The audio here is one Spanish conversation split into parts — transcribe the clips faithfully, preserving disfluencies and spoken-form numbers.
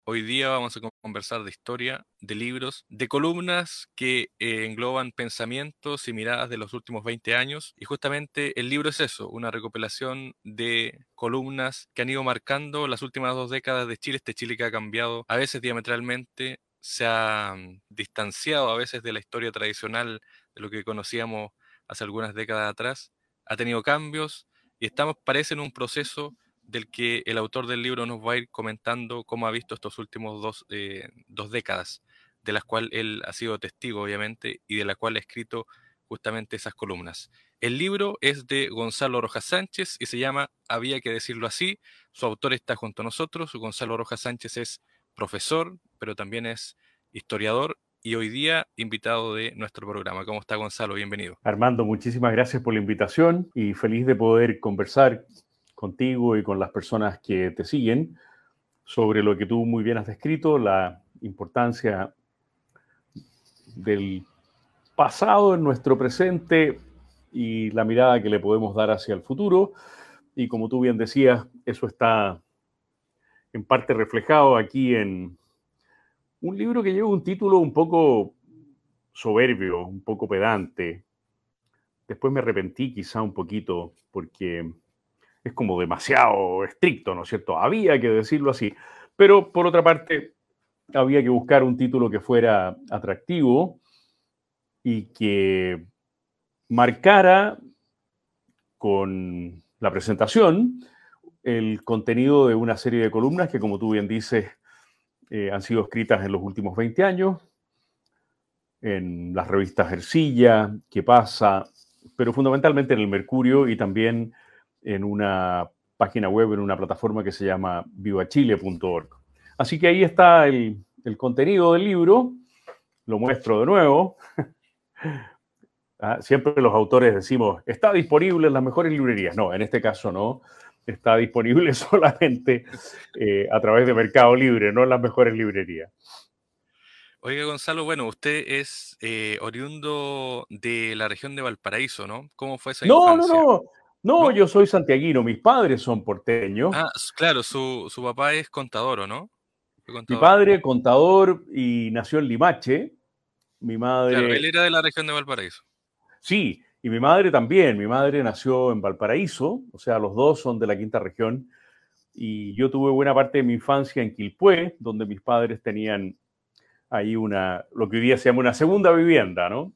Hoy día vamos a conversar de historia, de libros, de columnas que eh, engloban pensamientos y miradas de los últimos veinte años. Y justamente el libro es eso, una recopilación de columnas que han ido marcando las últimas dos décadas de Chile, este Chile que ha cambiado a veces diametralmente, se ha mm, distanciado a veces de la historia tradicional de lo que conocíamos hace algunas décadas atrás, ha tenido cambios y estamos, parece, en un proceso del que el autor del libro nos va a ir comentando cómo ha visto estos últimos dos, eh, dos décadas, de las cuales él ha sido testigo, obviamente, y de la cual ha escrito justamente esas columnas. El libro es de Gonzalo Rojas Sánchez y se llama Había que decirlo así. Su autor está junto a nosotros. Gonzalo Rojas Sánchez es profesor, pero también es historiador y hoy día invitado de nuestro programa. ¿Cómo está, Gonzalo? Bienvenido. Armando, muchísimas gracias por la invitación y feliz de poder conversar contigo y con las personas que te siguen sobre lo que tú muy bien has descrito, la importancia del pasado en nuestro presente y la mirada que le podemos dar hacia el futuro. Y como tú bien decías, eso está en parte reflejado aquí en un libro que lleva un título un poco soberbio, un poco pedante. Después me arrepentí quizá un poquito porque es como demasiado estricto, ¿no es cierto? Había que decirlo así. Pero por otra parte, había que buscar un título que fuera atractivo y que marcara con la presentación el contenido de una serie de columnas que, como tú bien dices, eh, han sido escritas en los últimos veinte años, en las revistas Ercilla, ¿Qué pasa? Pero fundamentalmente en el Mercurio y también en una página web, en una plataforma que se llama viva chile punto org. Así que ahí está el, el contenido del libro, lo muestro de nuevo. Ah, siempre los autores decimos, está disponible en las mejores librerías. No, en este caso no, está disponible solamente eh, a través de Mercado Libre, no en las mejores librerías. Oiga, Gonzalo, bueno, usted es eh, oriundo de la región de Valparaíso, ¿no? ¿Cómo fue esa No, no, infancia? no, no, ¿No? yo soy santiaguino, mis padres son porteños. Ah, s- claro, su, su papá es contador, ¿o no? Fue Mi contador. padre, contador y nació en Limache. Mi Claro, él madre, era de la región de Valparaíso. sí, y mi madre también. Mi madre nació en Valparaíso, o sea, los dos son de la quinta región. Y yo tuve buena parte de mi infancia en Quilpué, donde mis padres tenían ahí una, lo que hoy día se llama una segunda vivienda, ¿no?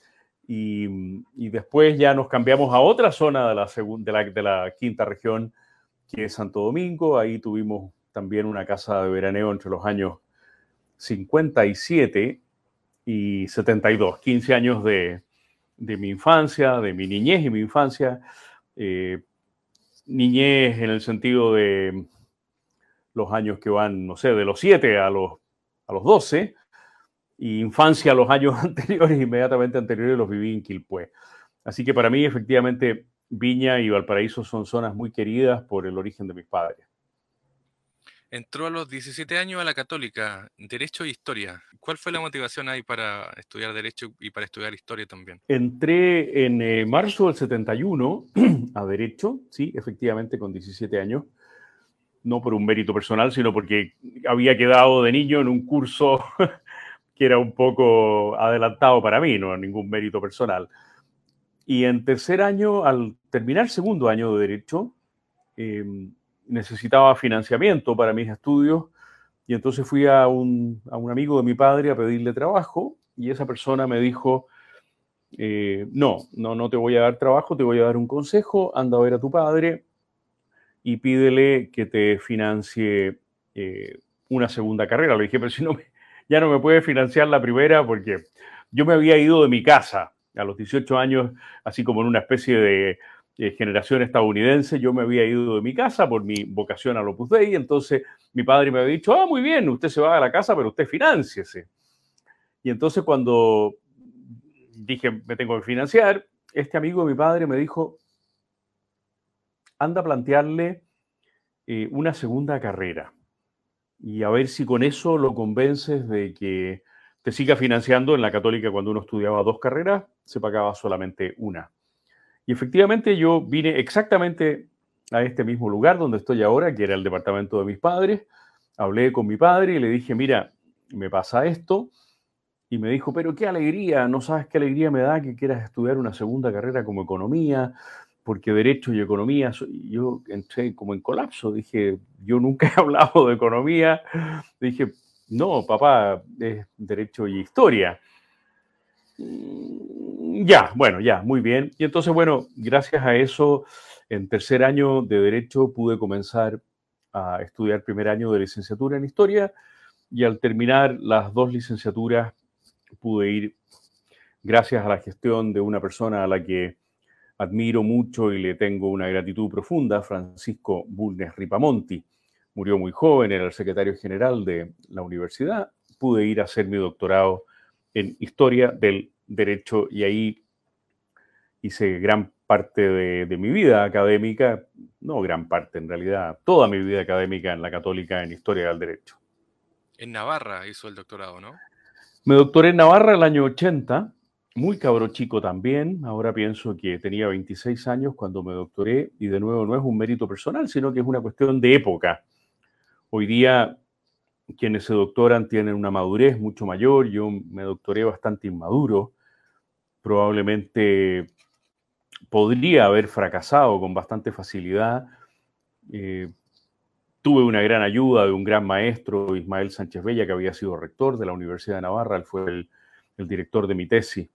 Y, y después ya nos cambiamos a otra zona de la, segun, de, la, de la quinta región, que es Santo Domingo. Ahí tuvimos también una casa de veraneo entre los años cincuenta y siete y setenta y dos, quince años de, de mi infancia, de mi niñez y mi infancia. Eh, niñez en el sentido de los años que van, no sé, de los siete a los, a los doce, y infancia los años anteriores, inmediatamente anteriores, los viví en Quilpué. Así que para mí, efectivamente, Viña y Valparaíso son zonas muy queridas por el origen de mis padres. Entró a los diecisiete años a la Católica, Derecho e Historia. ¿Cuál fue la motivación ahí para estudiar Derecho y para estudiar Historia también? Entré en eh, marzo del setenta y uno a Derecho, sí, efectivamente, con diecisiete años, no por un mérito personal, sino porque había quedado de niño en un curso que era un poco adelantado para mí, no ningún mérito personal. Y en tercer año, al terminar segundo año de Derecho, eh, necesitaba financiamiento para mis estudios y entonces fui a un, a un amigo de mi padre a pedirle trabajo y esa persona me dijo, eh, no, no, no te voy a dar trabajo, te voy a dar un consejo, anda a ver a tu padre y pídele que te financie eh, una segunda carrera. Le dije, pero si no, me, ya no me puede financiar la primera porque yo me había ido de mi casa a los dieciocho años, así como en una especie de eh, generación estadounidense, yo me había ido de mi casa por mi vocación al Opus Dei, entonces mi padre me había dicho, ah, muy bien, usted se va a la casa, pero usted financiese. Y entonces cuando dije, me tengo que financiar, este amigo de mi padre me dijo, anda a plantearle eh, una segunda carrera y a ver si con eso lo convences de que te siga financiando. En la Católica, cuando uno estudiaba dos carreras, se pagaba solamente una. Y efectivamente yo vine exactamente a este mismo lugar donde estoy ahora, que era el departamento de mis padres, hablé con mi padre y le dije, mira, me pasa esto. Y me dijo, pero qué alegría, no sabes qué alegría me da que quieras estudiar una segunda carrera como economía, porque derecho y economía, yo entré como en colapso. Dije, yo nunca he hablado de economía. Dije, no, papá, es derecho y historia. Ya, bueno, ya, muy bien. Y entonces, bueno, gracias a eso, en tercer año de derecho pude comenzar a estudiar primer año de licenciatura en historia y al terminar las dos licenciaturas pude ir, gracias a la gestión de una persona a la que admiro mucho y le tengo una gratitud profunda, Francisco Bulnes Ripamonti. Murió muy joven, era el secretario general de la universidad. Pude ir a hacer mi doctorado en historia del derecho y ahí hice gran parte de, de mi vida académica, no gran parte en realidad, toda mi vida académica en la Católica en historia del derecho. En Navarra hizo el doctorado, ¿no? Me doctoré en Navarra el año ochenta, muy cabro chico también. Ahora pienso que tenía veintiséis años cuando me doctoré y de nuevo no es un mérito personal, sino que es una cuestión de época. Hoy día quienes se doctoran tienen una madurez mucho mayor. Yo me doctoré bastante inmaduro. Probablemente podría haber fracasado con bastante facilidad. Eh, tuve una gran ayuda de un gran maestro, Ismael Sánchez Bella, que había sido rector de la Universidad de Navarra. Él fue el, el director de mi tesis.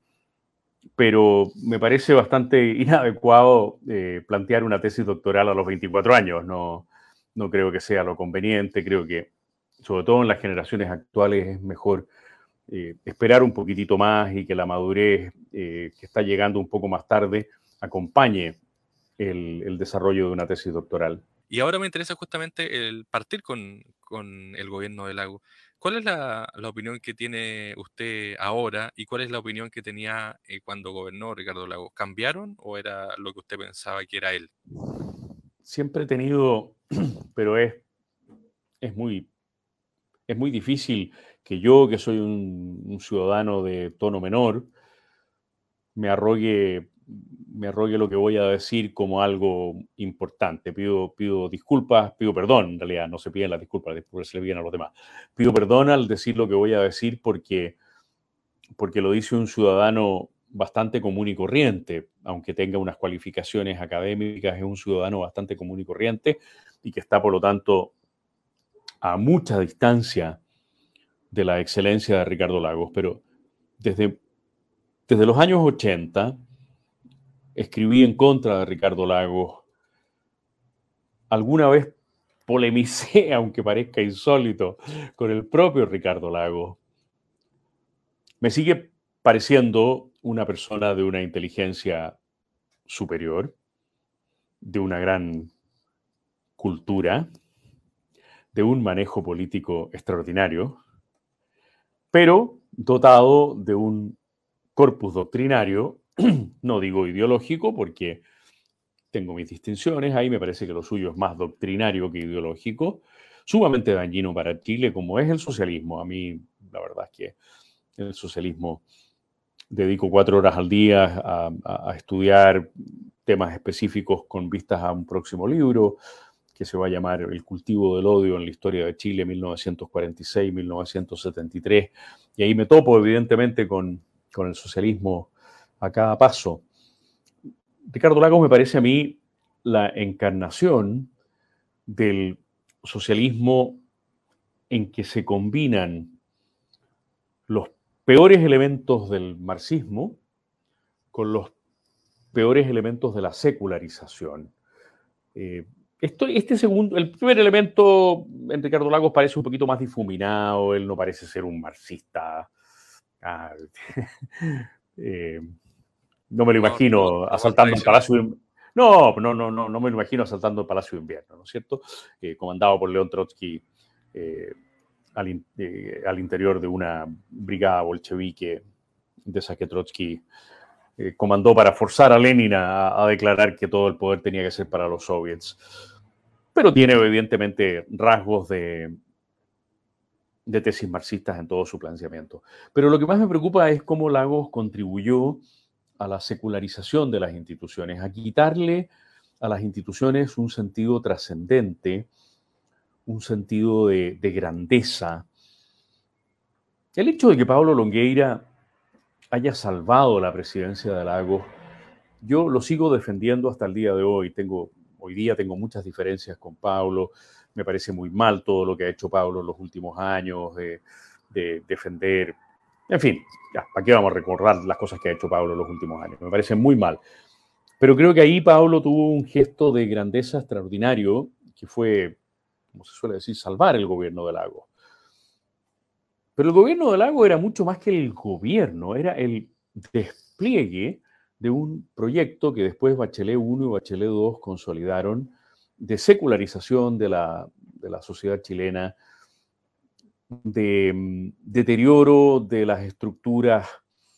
Pero me parece bastante inadecuado eh, plantear una tesis doctoral a los veinticuatro años. No, no creo que sea lo conveniente. Creo que, sobre todo en las generaciones actuales, es mejor eh, esperar un poquitito más y que la madurez eh, que está llegando un poco más tarde acompañe el, el desarrollo de una tesis doctoral. Y ahora me interesa justamente el partir con, con el gobierno de Lago. ¿Cuál es la, la opinión que tiene usted ahora y cuál es la opinión que tenía eh, cuando gobernó Ricardo Lagos? ¿Cambiaron o era lo que usted pensaba que era él? Siempre he tenido, pero es, es, muy, es muy difícil que yo, que soy un, un ciudadano de tono menor, me arrogue, me arrogue lo que voy a decir como algo importante. Pido, pido disculpas, pido perdón, en realidad no se piden las disculpas, después se le piden a los demás. Pido perdón al decir lo que voy a decir porque, porque lo dice un ciudadano bastante común y corriente, aunque tenga unas cualificaciones académicas, es un ciudadano bastante común y corriente y que está, por lo tanto, a mucha distancia de la excelencia de Ricardo Lagos. Pero desde, desde los años ochenta, escribí en contra de Ricardo Lagos. Alguna vez polemicé, aunque parezca insólito, con el propio Ricardo Lagos. Me sigue pareciendo una persona de una inteligencia superior, de una gran cultura, de un manejo político extraordinario, pero dotado de un corpus doctrinario, no digo ideológico, porque tengo mis distinciones, ahí me parece que lo suyo es más doctrinario que ideológico, sumamente dañino para Chile, como es el socialismo. A mí, la verdad es que el socialismo, dedico cuatro horas al día a, a, a estudiar temas específicos con vistas a un próximo libro, que se va a llamar El cultivo del odio en la historia de Chile, mil novecientos cuarenta y seis a mil novecientos setenta y tres, y ahí me topo, evidentemente, con, con el socialismo a cada paso. Ricardo Lagos me parece a mí la encarnación del socialismo en que se combinan los peores elementos del marxismo con los peores elementos de la secularización. Eh, esto, este segundo, el primer elemento en Ricardo Lagos parece un poquito más difuminado, él no parece ser un marxista. Ah, eh, no me lo Más imagino ortodoxo, más asaltando el tradicional. Palacio de... No, no, no, no, no me lo imagino asaltando el Palacio de Invierno, ¿no es cierto? Eh, comandado por León Trotsky eh, al, in, eh, al, interior de una brigada bolchevique de esas que Trotsky eh, comandó para forzar a Lenin a, a declarar que todo el poder tenía que ser para los soviets. Pero tiene evidentemente rasgos de, de tesis marxistas en todo su planteamiento. Pero lo que más me preocupa es cómo Lagos contribuyó a la secularización de las instituciones, a quitarle a las instituciones un sentido trascendente, un sentido de, de grandeza. El hecho de que Pablo Longueira haya salvado la presidencia de Lagos, yo lo sigo defendiendo hasta el día de hoy. Tengo, hoy día tengo muchas diferencias con Pablo. Me parece muy mal todo lo que ha hecho Pablo en los últimos años, de, de defender. En fin, ya, ¿para qué vamos a recordar las cosas que ha hecho Pablo en los últimos años? Me parece muy mal. Pero creo que ahí Pablo tuvo un gesto de grandeza extraordinario, que fue, como se suele decir, salvar el gobierno de Lagos. Pero el gobierno de Lagos era mucho más que el gobierno, era el despliegue de un proyecto que después Bachelet uno y Bachelet dos consolidaron, de secularización de la, de la sociedad chilena, de um, deterioro de las estructuras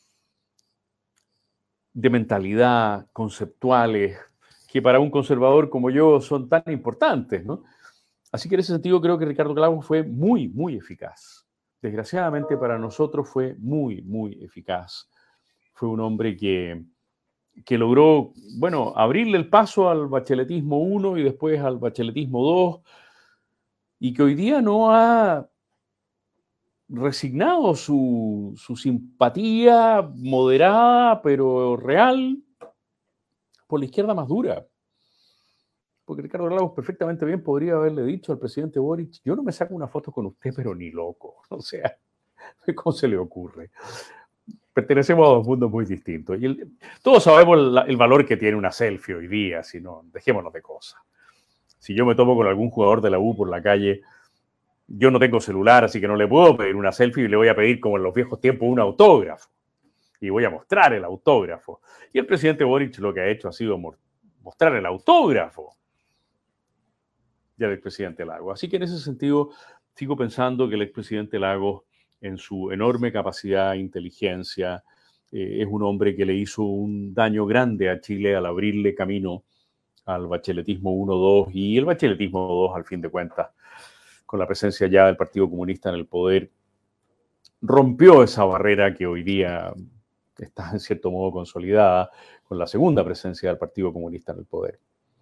de mentalidad conceptuales, que para un conservador como yo son tan importantes, ¿no? Así que en ese sentido creo que Ricardo Lagos fue muy, muy eficaz. Desgraciadamente para nosotros fue muy, muy eficaz. Fue un hombre que, que logró, bueno, abrirle el paso al bacheletismo uno y después al bacheletismo dos, y que hoy día no ha resignado su, su simpatía moderada, pero real, por la izquierda más dura. Porque Ricardo Lagos perfectamente bien podría haberle dicho al presidente Boric: yo no me saco una foto con usted, pero ni loco. O sea, ¿cómo se le ocurre? Pertenecemos a dos mundos muy distintos. Y el, todos sabemos el, el valor que tiene una selfie hoy día, si no, dejémonos de cosas. Si yo me tomo con algún jugador de la U por la calle, yo no tengo celular, así que no le puedo pedir una selfie y le voy a pedir, como en los viejos tiempos, un autógrafo. Y voy a mostrar el autógrafo. Y el presidente Boric lo que ha hecho ha sido mostrar el autógrafo del expresidente Lagos. Así que en ese sentido sigo pensando que el expresidente Lagos, en su enorme capacidad e inteligencia, eh, es un hombre que le hizo un daño grande a Chile al abrirle camino al bacheletismo uno dos, y el bacheletismo dos, al fin de cuentas, con la presencia ya del Partido Comunista en el poder, rompió esa barrera que hoy día está en cierto modo consolidada con la segunda presencia del Partido Comunista en el poder.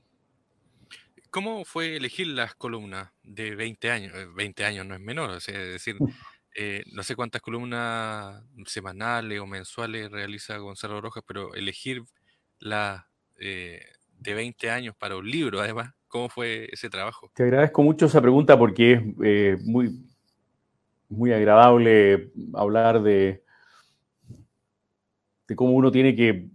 ¿Cómo fue elegir las columnas de veinte años? veinte años no es menor, o sea, es decir, eh, no sé cuántas columnas semanales o mensuales realiza Gonzalo Rojas, pero elegir las eh, de veinte años para un libro, además, ¿cómo fue ese trabajo? Te agradezco mucho esa pregunta porque es eh, muy, muy agradable hablar de, de cómo uno tiene que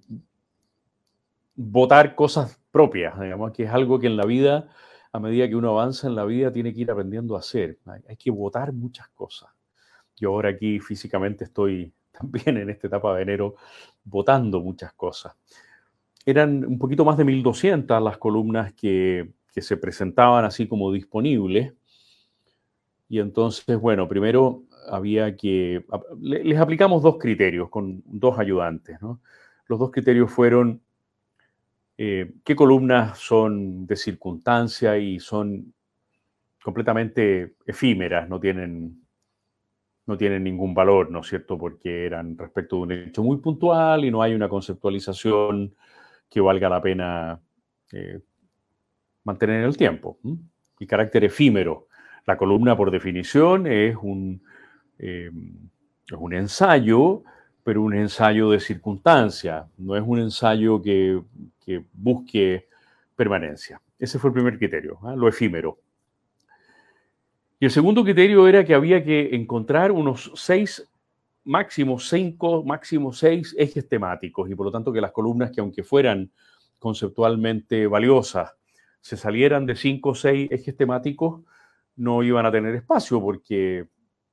votar cosas propias, digamos, que es algo que en la vida, a medida que uno avanza en la vida, tiene que ir aprendiendo a hacer. Hay, hay que votar muchas cosas. Yo ahora aquí físicamente estoy también en esta etapa de enero votando muchas cosas. Eran un poquito más de mil doscientas las columnas que, que se presentaban así como disponibles. Y entonces, bueno, primero había que... Les aplicamos dos criterios con dos ayudantes, ¿no? Los dos criterios fueron eh, qué columnas son de circunstancia y son completamente efímeras, no tienen, no tienen ningún valor, ¿no es cierto? Porque eran respecto de un hecho muy puntual y no hay una conceptualización que valga la pena eh, mantener en el tiempo. ¿Mm? Y carácter efímero. La columna, por definición, es un, eh, es un ensayo, pero un ensayo de circunstancia. No es un ensayo que, que busque permanencia. Ese fue el primer criterio, ¿eh? Lo efímero. Y el segundo criterio era que había que encontrar unos seis, máximo cinco, máximo seis ejes temáticos, y por lo tanto que las columnas, que aunque fueran conceptualmente valiosas, se salieran de cinco o seis ejes temáticos, no iban a tener espacio, porque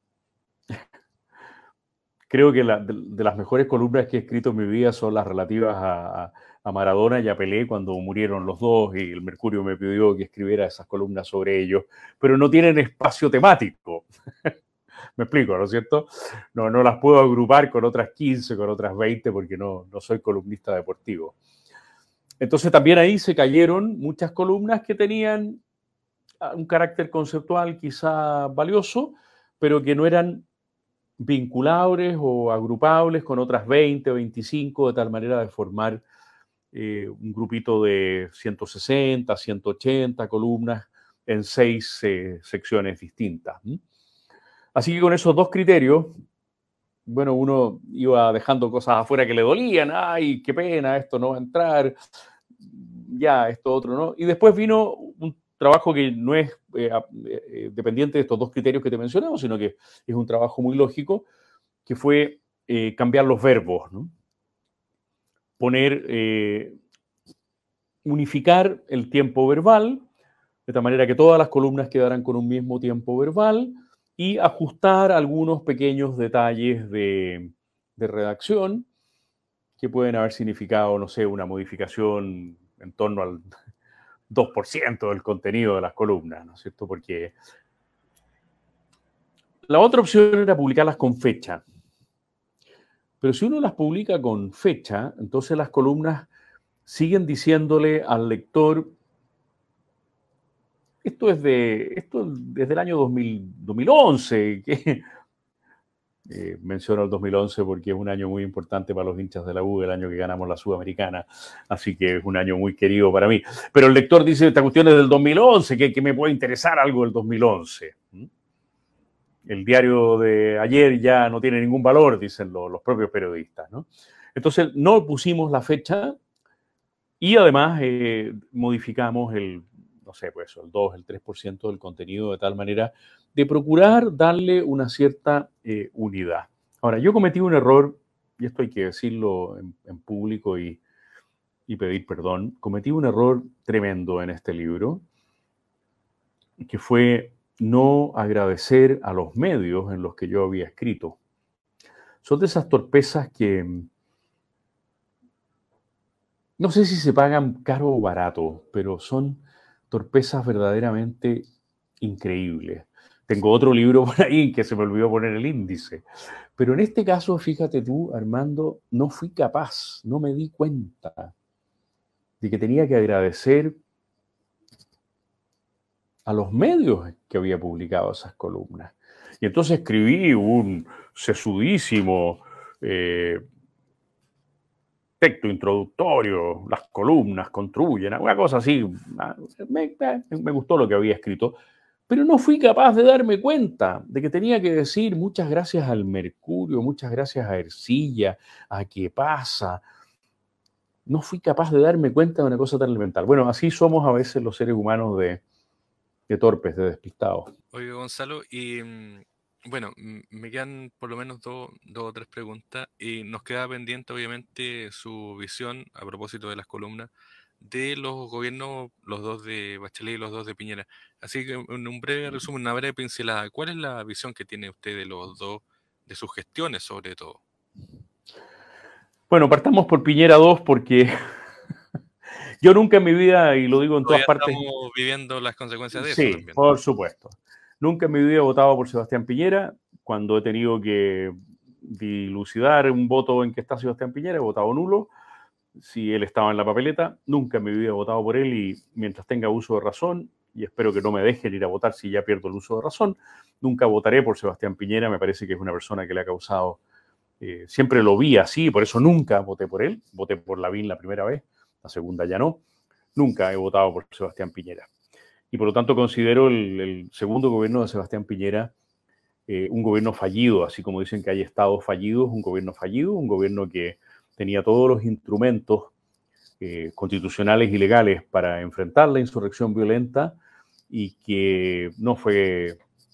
creo que la, de, de las mejores columnas que he escrito en mi vida son las relativas a, a Maradona y a Pelé cuando murieron los dos, y el Mercurio me pidió que escribiera esas columnas sobre ellos, pero no tienen espacio temático. Me explico, ¿no es cierto? No, no las puedo agrupar con otras quince, con otras veinte, porque no, no soy columnista deportivo. Entonces también ahí se cayeron muchas columnas que tenían un carácter conceptual quizá valioso, pero que no eran vinculables o agrupables con otras veinte o veinticinco, de tal manera de formar eh, un grupito de ciento sesenta, ciento ochenta columnas en seis eh, secciones distintas. Así que con esos dos criterios, bueno, uno iba dejando cosas afuera que le dolían, ay, qué pena, esto no va a entrar, ya, esto otro no. Y después vino un trabajo que no es eh, eh, dependiente de estos dos criterios que te mencionamos, sino que es un trabajo muy lógico, que fue eh, cambiar los verbos, ¿no? Poner, eh, unificar el tiempo verbal, de tal manera que todas las columnas quedaran con un mismo tiempo verbal, y ajustar algunos pequeños detalles de, de redacción que pueden haber significado, no sé, una modificación en torno al dos por ciento del contenido de las columnas, ¿no es cierto? Porque la otra opción era publicarlas con fecha. Pero si uno las publica con fecha, entonces las columnas siguen diciéndole al lector, esto es de, esto desde el año dos mil, dos mil once, que eh, menciono el dos mil once porque es un año muy importante para los hinchas de la U, el año que ganamos la Sudamericana, así que es un año muy querido para mí. Pero el lector dice, esta cuestión es del dos mil once, que, que me puede interesar algo del dos mil once. El diario de ayer ya no tiene ningún valor, dicen los, los propios periodistas, ¿no? Entonces no pusimos la fecha y además eh, modificamos el, no sé, pues el dos, el tres por ciento del contenido de tal manera de procurar darle una cierta eh, unidad. Ahora, yo cometí un error, y esto hay que decirlo en, en público y, y pedir perdón, cometí un error tremendo en este libro, que fue no agradecer a los medios en los que yo había escrito. Son de esas torpezas que no sé si se pagan caro o barato, pero son torpezas verdaderamente increíbles. Tengo otro libro por ahí que se me olvidó poner el índice. Pero en este caso, fíjate tú, Armando, no fui capaz, no me di cuenta de que tenía que agradecer a los medios que había publicado esas columnas. Y entonces escribí un sesudísimo eh, texto introductorio, las columnas construyen, alguna cosa así. Me, me, me gustó lo que había escrito, pero no fui capaz de darme cuenta de que tenía que decir muchas gracias al Mercurio, muchas gracias a Ercilla, a Qué Pasa. No fui capaz de darme cuenta de una cosa tan elemental. Bueno, así somos a veces los seres humanos de, de torpes, de despistados. Oye, Gonzalo, y mm, bueno, mm, me quedan por lo menos dos dos o tres preguntas y nos queda pendiente obviamente su visión a propósito de las columnas de los gobiernos, los dos de Bachelet y los dos de Piñera. Así que en un breve resumen, una breve pincelada, ¿cuál es la visión que tiene usted de los dos, de sus gestiones sobre todo? Bueno, partamos por Piñera dos porque yo nunca en mi vida, y lo digo en todas Todavía partes, estamos viviendo las consecuencias de eso sí, también. por supuesto. Nunca en mi vida he votado por Sebastián Piñera. Cuando he tenido que dilucidar un voto en que está Sebastián Piñera, he votado nulo. Si él estaba en la papeleta, nunca en mi vida he votado por él y mientras tenga uso de razón, y espero que no me dejen ir a votar si ya pierdo el uso de razón, nunca votaré por Sebastián Piñera. Me parece que es una persona que le ha causado, eh, siempre lo vi así, por eso nunca voté por él. Voté por Lavín la primera vez, la segunda ya no. Nunca he votado por Sebastián Piñera. Y por lo tanto considero el, el segundo gobierno de Sebastián Piñera eh, un gobierno fallido, así como dicen que hay estados fallidos, un gobierno fallido, un gobierno que tenía todos los instrumentos eh, constitucionales y legales para enfrentar la insurrección violenta y que no fue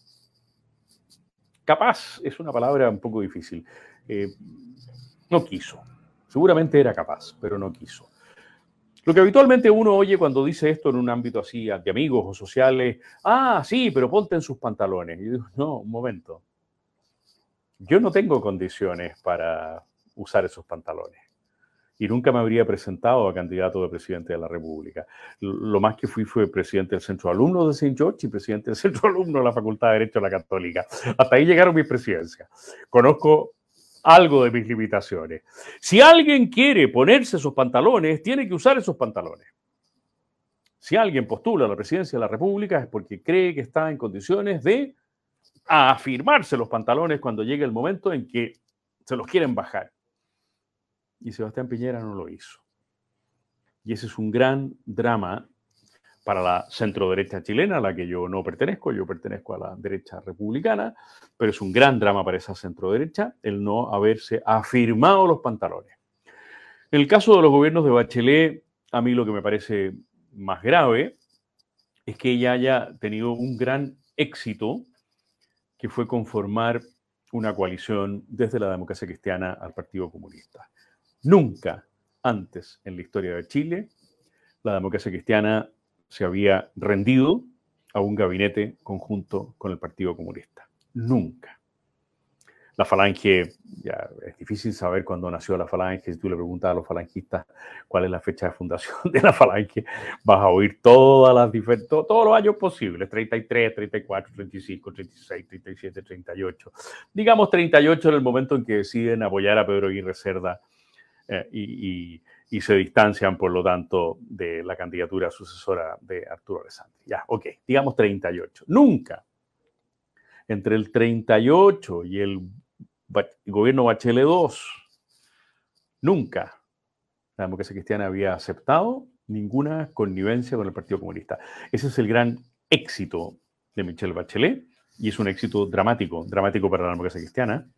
capaz, es una palabra un poco difícil, eh, no quiso. Seguramente era capaz, pero no quiso. Lo que habitualmente uno oye cuando dice esto en un ámbito así de amigos o sociales, ah, sí, pero ponte en sus pantalones. Y yo digo, no, un momento. Yo no tengo condiciones para usar esos pantalones. Y nunca me habría presentado a candidato de presidente de la República. Lo más que fui fue presidente del Centro de Alumnos de Saint George y presidente del Centro de Alumnos de la Facultad de Derecho de la Católica. Hasta ahí llegaron mis presidencias. Conozco algo de mis limitaciones. Si alguien quiere ponerse esos pantalones, tiene que usar esos pantalones. Si alguien postula a la presidencia de la República es porque cree que está en condiciones de afirmarse los pantalones cuando llegue el momento en que se los quieren bajar. Y Sebastián Piñera no lo hizo. Y ese es un gran drama para la centro-derecha chilena, a la que yo no pertenezco, yo pertenezco a la derecha republicana, pero es un gran drama para esa centro-derecha el no haberse afirmado los pantalones. En el caso de los gobiernos de Bachelet, a mí lo que me parece más grave es que ella haya tenido un gran éxito, que fue conformar una coalición desde la democracia cristiana al Partido Comunista. Nunca antes en la historia de Chile la democracia cristiana se había rendido a un gabinete conjunto con el Partido Comunista. Nunca. La Falange, ya es difícil saber cuándo nació la Falange. Si tú le preguntas a los falangistas cuál es la fecha de fundación de la Falange, vas a oír todas las diferentes, todos los años posibles, treinta y tres, treinta y cuatro, treinta y cinco, treinta y seis, treinta y siete, treinta y ocho. Digamos treinta y ocho en el momento en que deciden apoyar a Pedro Aguirre Cerda eh, y, y, y se distancian, por lo tanto, de la candidatura sucesora de Arturo Alessandri. Ya, ok, digamos treinta y ocho. Nunca entre el treinta y ocho y el gobierno Bachelet dos, nunca la democracia cristiana había aceptado ninguna connivencia con el Partido Comunista. Ese es el gran éxito de Michelle Bachelet y es un éxito dramático, dramático para la democracia cristiana,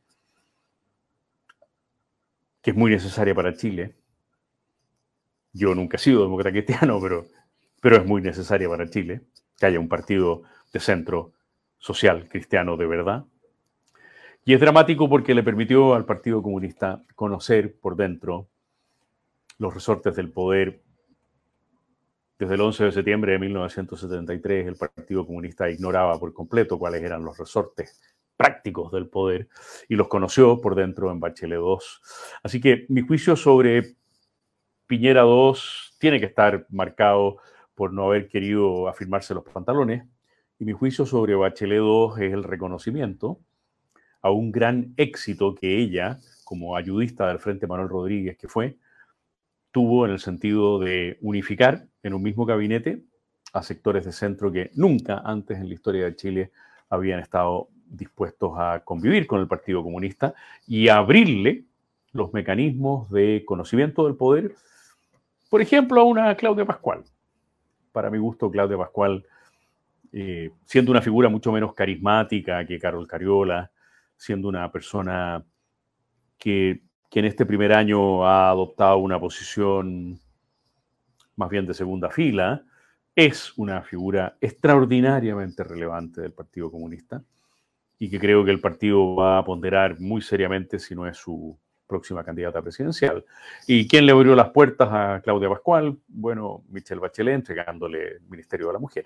que es muy necesaria para Chile. Yo nunca he sido demócrata cristiano, pero, pero es muy necesaria para Chile que haya un partido de centro social cristiano de verdad. Y es dramático porque le permitió al Partido Comunista conocer por dentro los resortes del poder. Desde el once de septiembre de mil novecientos setenta y tres, el Partido Comunista ignoraba por completo cuáles eran los resortes prácticos del poder y los conoció por dentro en Bachelet dos. Así que mi juicio sobre Piñera dos tiene que estar marcado por no haber querido afirmarse los pantalones, y mi juicio sobre Bachelet dos es el reconocimiento a un gran éxito que ella, como ayudista del Frente Manuel Rodríguez que fue, tuvo en el sentido de unificar en un mismo gabinete a sectores de centro que nunca antes en la historia de Chile habían estado dispuestos a convivir con el Partido Comunista y a abrirle los mecanismos de conocimiento del poder, por ejemplo, a una Claudia Pascual. Para mi gusto, Claudia Pascual, eh, siendo una figura mucho menos carismática que Carol Cariola, siendo una persona que, que en este primer año ha adoptado una posición más bien de segunda fila, es una figura extraordinariamente relevante del Partido Comunista y que creo que el partido va a ponderar muy seriamente si no es su próxima candidata presidencial. ¿Y quién le abrió las puertas a Claudia Pascual? Bueno, Michelle Bachelet, entregándole el Ministerio de la Mujer.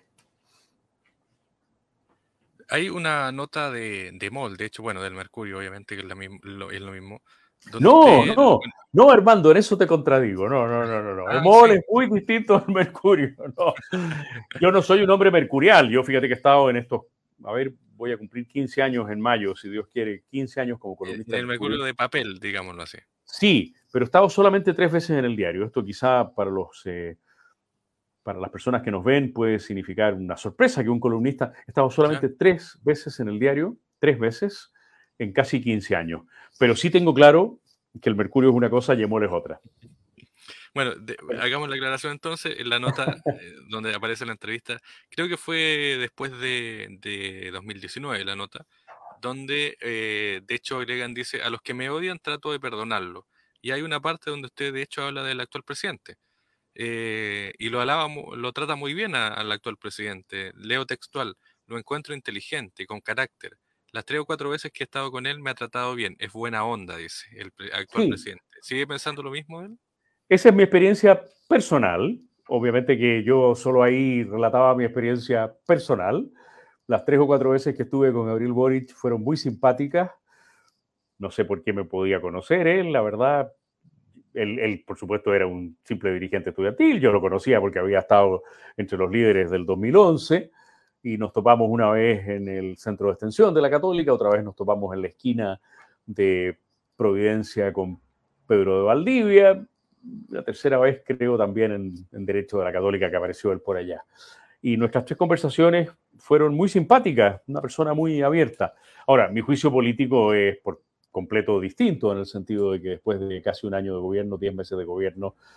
Hay una nota de, de M O L, de hecho, bueno, del Mercurio, obviamente, que es, la mismo, lo, es lo mismo. No, usted... no, no, Armando, en eso te contradigo. No, no, no, no. no. Ah, el M O L sí. es muy distinto al Mercurio. No. Yo no soy un hombre mercurial. Yo fíjate que he estado en estos, a ver, voy a cumplir quince años en mayo, si Dios quiere, quince años como columnista. En el Mercurio, Mercurio de papel, digámoslo así. Sí, pero he estado solamente tres veces en el diario. Esto quizá para los... Eh, para las personas que nos ven puede significar una sorpresa que un columnista ha estado solamente ¿sí? tres veces en el diario, tres veces en casi quince años. Pero sí tengo claro que el Mercurio es una cosa y M O L es otra. Bueno, de, hagamos la aclaración entonces. En la nota eh, donde aparece la entrevista, creo que fue después de, de dos mil diecinueve la nota, donde eh, de hecho agregan, dice, a los que me odian trato de perdonarlo. Y hay una parte donde usted de hecho habla del actual presidente. Eh, y lo alaba, lo trata muy bien a, al actual presidente. Leo textual: lo encuentro inteligente, con carácter. Las tres o cuatro veces que he estado con él me ha tratado bien. Es buena onda, dice el pre actual sí. presidente. ¿Sigue pensando lo mismo él? Esa es mi experiencia personal. Obviamente que yo solo ahí relataba mi experiencia personal. Las tres o cuatro veces que estuve con Gabriel Boric fueron muy simpáticas. No sé por qué me podía conocer él, la verdad. Él, él, por supuesto, era un simple dirigente estudiantil. Yo lo conocía porque había estado entre los líderes del dos mil once y nos topamos una vez en el centro de extensión de la Católica, otra vez nos topamos en la esquina de Providencia con Pedro de Valdivia, la tercera vez creo también en, en Derecho de la Católica que apareció él por allá. Y nuestras tres conversaciones fueron muy simpáticas, una persona muy abierta. Ahora, mi juicio político es por completo distinto en el sentido de que después de casi un año de gobierno, diez meses de gobierno,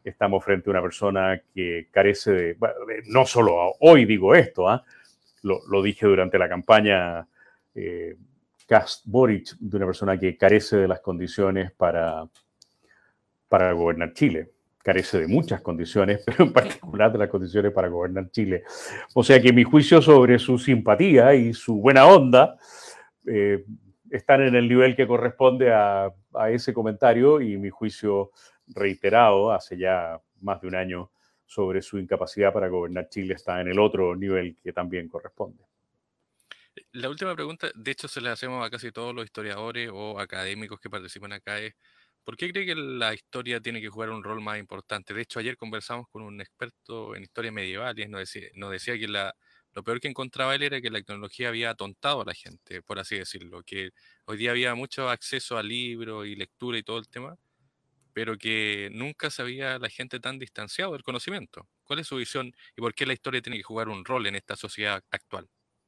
estamos frente a una persona que carece de, bueno, no solo hoy digo esto, ¿eh? lo, lo dije durante la campaña eh, Kast-Boric, de una persona que carece de las condiciones para, para gobernar Chile. Carece de muchas condiciones, pero en particular de las condiciones para gobernar Chile. O sea que mi juicio sobre su simpatía y su buena onda eh, están en el nivel que corresponde a, a ese comentario, y mi juicio reiterado hace ya más de un año sobre su incapacidad para gobernar Chile está en el otro nivel que también corresponde. La última pregunta, de hecho se la hacemos a casi todos los historiadores o académicos que participan acá, es ¿por qué cree que la historia tiene que jugar un rol más importante? De hecho, ayer conversamos con un experto en historia medieval y nos decía, nos decía que la, lo peor que encontraba él era que la tecnología había atontado a la gente, por así decirlo, que hoy día había mucho acceso a libros y lectura y todo el tema, pero que nunca se había la gente tan distanciado del conocimiento. ¿Cuál es su visión y por qué la historia tiene que jugar un rol en esta sociedad actual?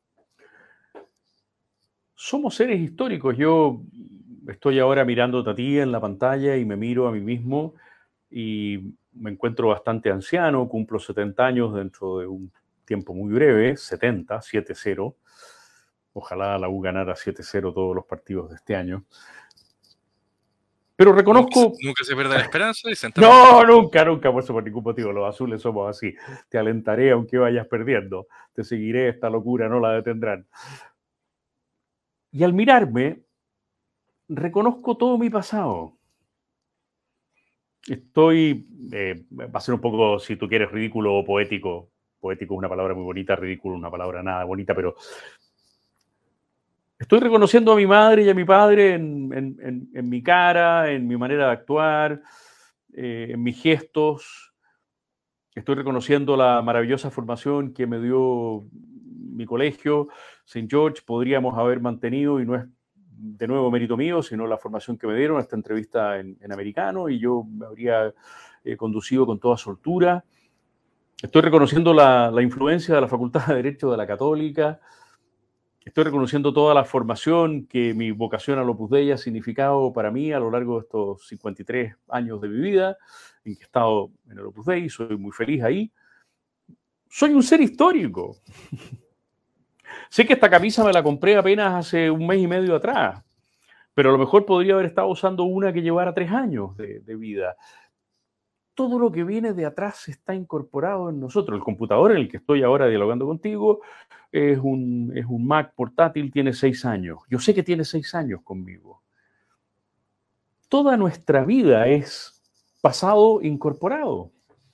Somos seres históricos. Yo estoy ahora mirándote a ti en la pantalla y me miro a mí mismo y me encuentro bastante anciano, cumplo setenta años dentro de un tiempo muy breve, setenta, siete cero. Ojalá la U ganara siete cero todos los partidos de este año. Pero reconozco... Nunca, nunca se pierda la esperanza. Y no, nunca, nunca, por eso por ningún motivo. Los azules somos así. Te alentaré aunque vayas perdiendo. Te seguiré, esta locura no la detendrán. Y al mirarme, reconozco todo mi pasado. Estoy, eh, va a ser un poco, si tú quieres, ridículo o poético. Poético es una palabra muy bonita, ridículo es una palabra nada bonita, pero estoy reconociendo a mi madre y a mi padre en, en, en, en mi cara, en mi manera de actuar, eh, en mis gestos. Estoy reconociendo la maravillosa formación que me dio mi colegio, Saint George. Podríamos haber mantenido, y no es de nuevo mérito mío, sino la formación que me dieron, esta entrevista en, en americano, y yo me habría eh, conducido con toda soltura. Estoy reconociendo la, la influencia de la Facultad de Derecho de la Católica. Estoy reconociendo toda la formación que mi vocación al Opus Dei ha significado para mí a lo largo de estos cincuenta y tres años de mi vida, en que he estado en el Opus Dei, soy muy feliz ahí. Soy un ser histórico. Sé que esta camisa me la compré apenas hace un mes y medio atrás, pero a lo mejor podría haber estado usando una que llevara tres años de, de vida. Todo lo que viene de atrás está incorporado en nosotros. El computador en el que estoy ahora dialogando contigo es un, es un Mac portátil, tiene seis años. Yo sé que tiene seis años conmigo. Toda nuestra vida es pasado incorporado.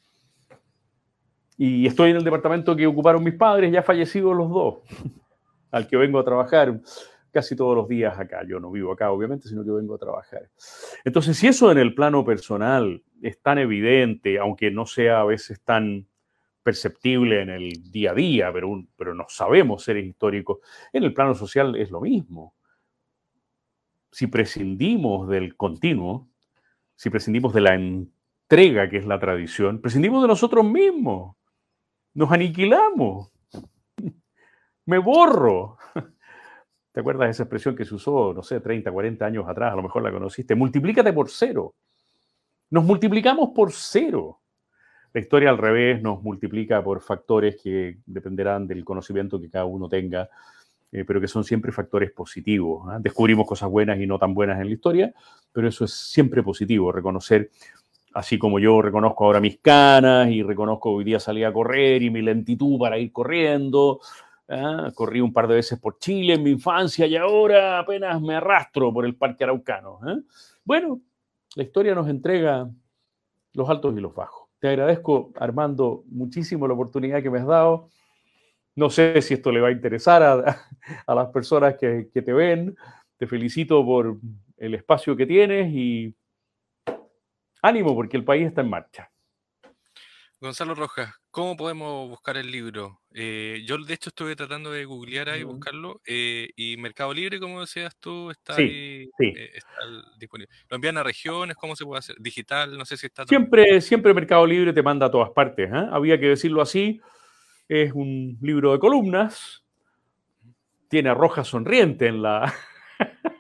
Y estoy en el departamento que ocuparon mis padres, ya fallecidos los dos, al que vengo a trabajar casi todos los días acá. Yo no vivo acá, obviamente, sino que vengo a trabajar. Entonces, si eso en el plano personal es tan evidente, aunque no sea a veces tan perceptible en el día a día, pero, un, pero no sabemos seres históricos, en el plano social es lo mismo. Si prescindimos del continuo, si prescindimos de la entrega que es la tradición, prescindimos de nosotros mismos. Nos aniquilamos. Me borro. ¿Te acuerdas de esa expresión que se usó, no sé, treinta, cuarenta años atrás? A lo mejor la conociste. Multiplícate por cero. Nos multiplicamos por cero. La historia al revés nos multiplica por factores que dependerán del conocimiento que cada uno tenga, eh, pero que son siempre factores positivos. ¿eh? Descubrimos cosas buenas y no tan buenas en la historia, pero eso es siempre positivo, reconocer. Así como yo reconozco ahora mis canas y reconozco que hoy día salí a correr y mi lentitud para ir corriendo. ¿eh? Corrí un par de veces por Chile en mi infancia y ahora apenas me arrastro por el Parque Araucano. ¿eh? Bueno, la historia nos entrega los altos y los bajos. Te agradezco, Armando, muchísimo la oportunidad que me has dado. No sé si esto le va a interesar a, a las personas que, que te ven. Te felicito por el espacio que tienes y ánimo, porque el país está en marcha. Gonzalo Rojas, ¿cómo podemos buscar el libro? Eh, yo, de hecho, estuve tratando de googlear ahí, buscarlo, eh, y Mercado Libre, como decías tú, está sí, ahí sí. Eh, está disponible. ¿Lo envían a regiones? ¿Cómo se puede hacer? ¿Digital? No sé si está... Siempre, siempre Mercado Libre te manda a todas partes. ¿eh? Había que decirlo así. Es un libro de columnas. Tiene a Rojas sonriente en la...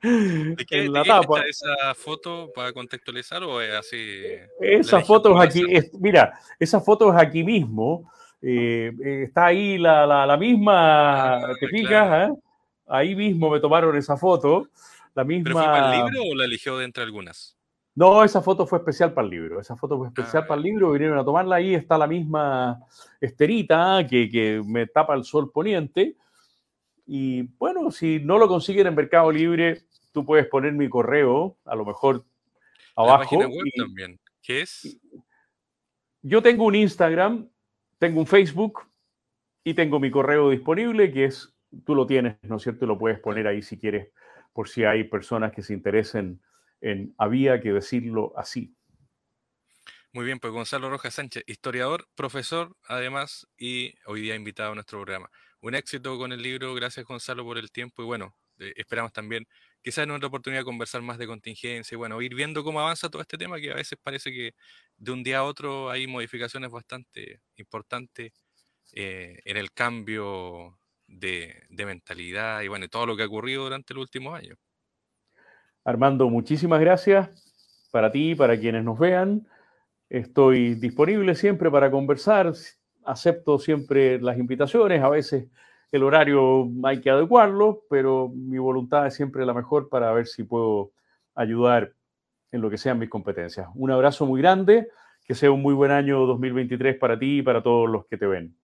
¿De qué, en de la qué es tapa. hecha esa foto para contextualizar o es así? ¿La Esa eligió foto tú es al aquí, azar? es- mira, esa foto es aquí mismo. Eh, eh, está ahí la, la, la Ah, misma, te claro. fijas, ¿eh? Ahí mismo me tomaron esa foto, la ¿Pero fue para el misma. libro o la eligió de entre algunas? No, esa foto fue especial para el libro. Esa foto fue Ah, especial para el libro. Vinieron a tomarla ahí. Está la misma esterita que, que me tapa el sol poniente. Y bueno, si no lo consiguen en Mercado Libre, tú puedes poner mi correo, a lo mejor la página abajo. web Y, también, ¿qué es? y yo tengo un Instagram, tengo un Facebook y tengo mi correo disponible, que es, tú lo tienes, ¿no es cierto? Y lo puedes Claro. poner ahí si quieres, por si hay personas que se interesen en, había que decirlo así. Muy bien, pues Gonzalo Rojas Sánchez, historiador, profesor, además, y hoy día invitado a nuestro programa. Un éxito con el libro, gracias Gonzalo por el tiempo y bueno, eh, esperamos también quizás en otra oportunidad conversar más de contingencia y bueno, ir viendo cómo avanza todo este tema que a veces parece que de un día a otro hay modificaciones bastante importantes eh, en el cambio de, de mentalidad y bueno, y todo lo que ha ocurrido durante los últimos años. Armando, muchísimas gracias para ti, para quienes nos vean. Estoy disponible siempre para conversar. Acepto siempre las invitaciones. A veces el horario hay que adecuarlo, pero mi voluntad es siempre la mejor para ver si puedo ayudar en lo que sean mis competencias. Un abrazo muy grande. Que sea un muy buen año dos mil veintitrés para ti y para todos los que te ven.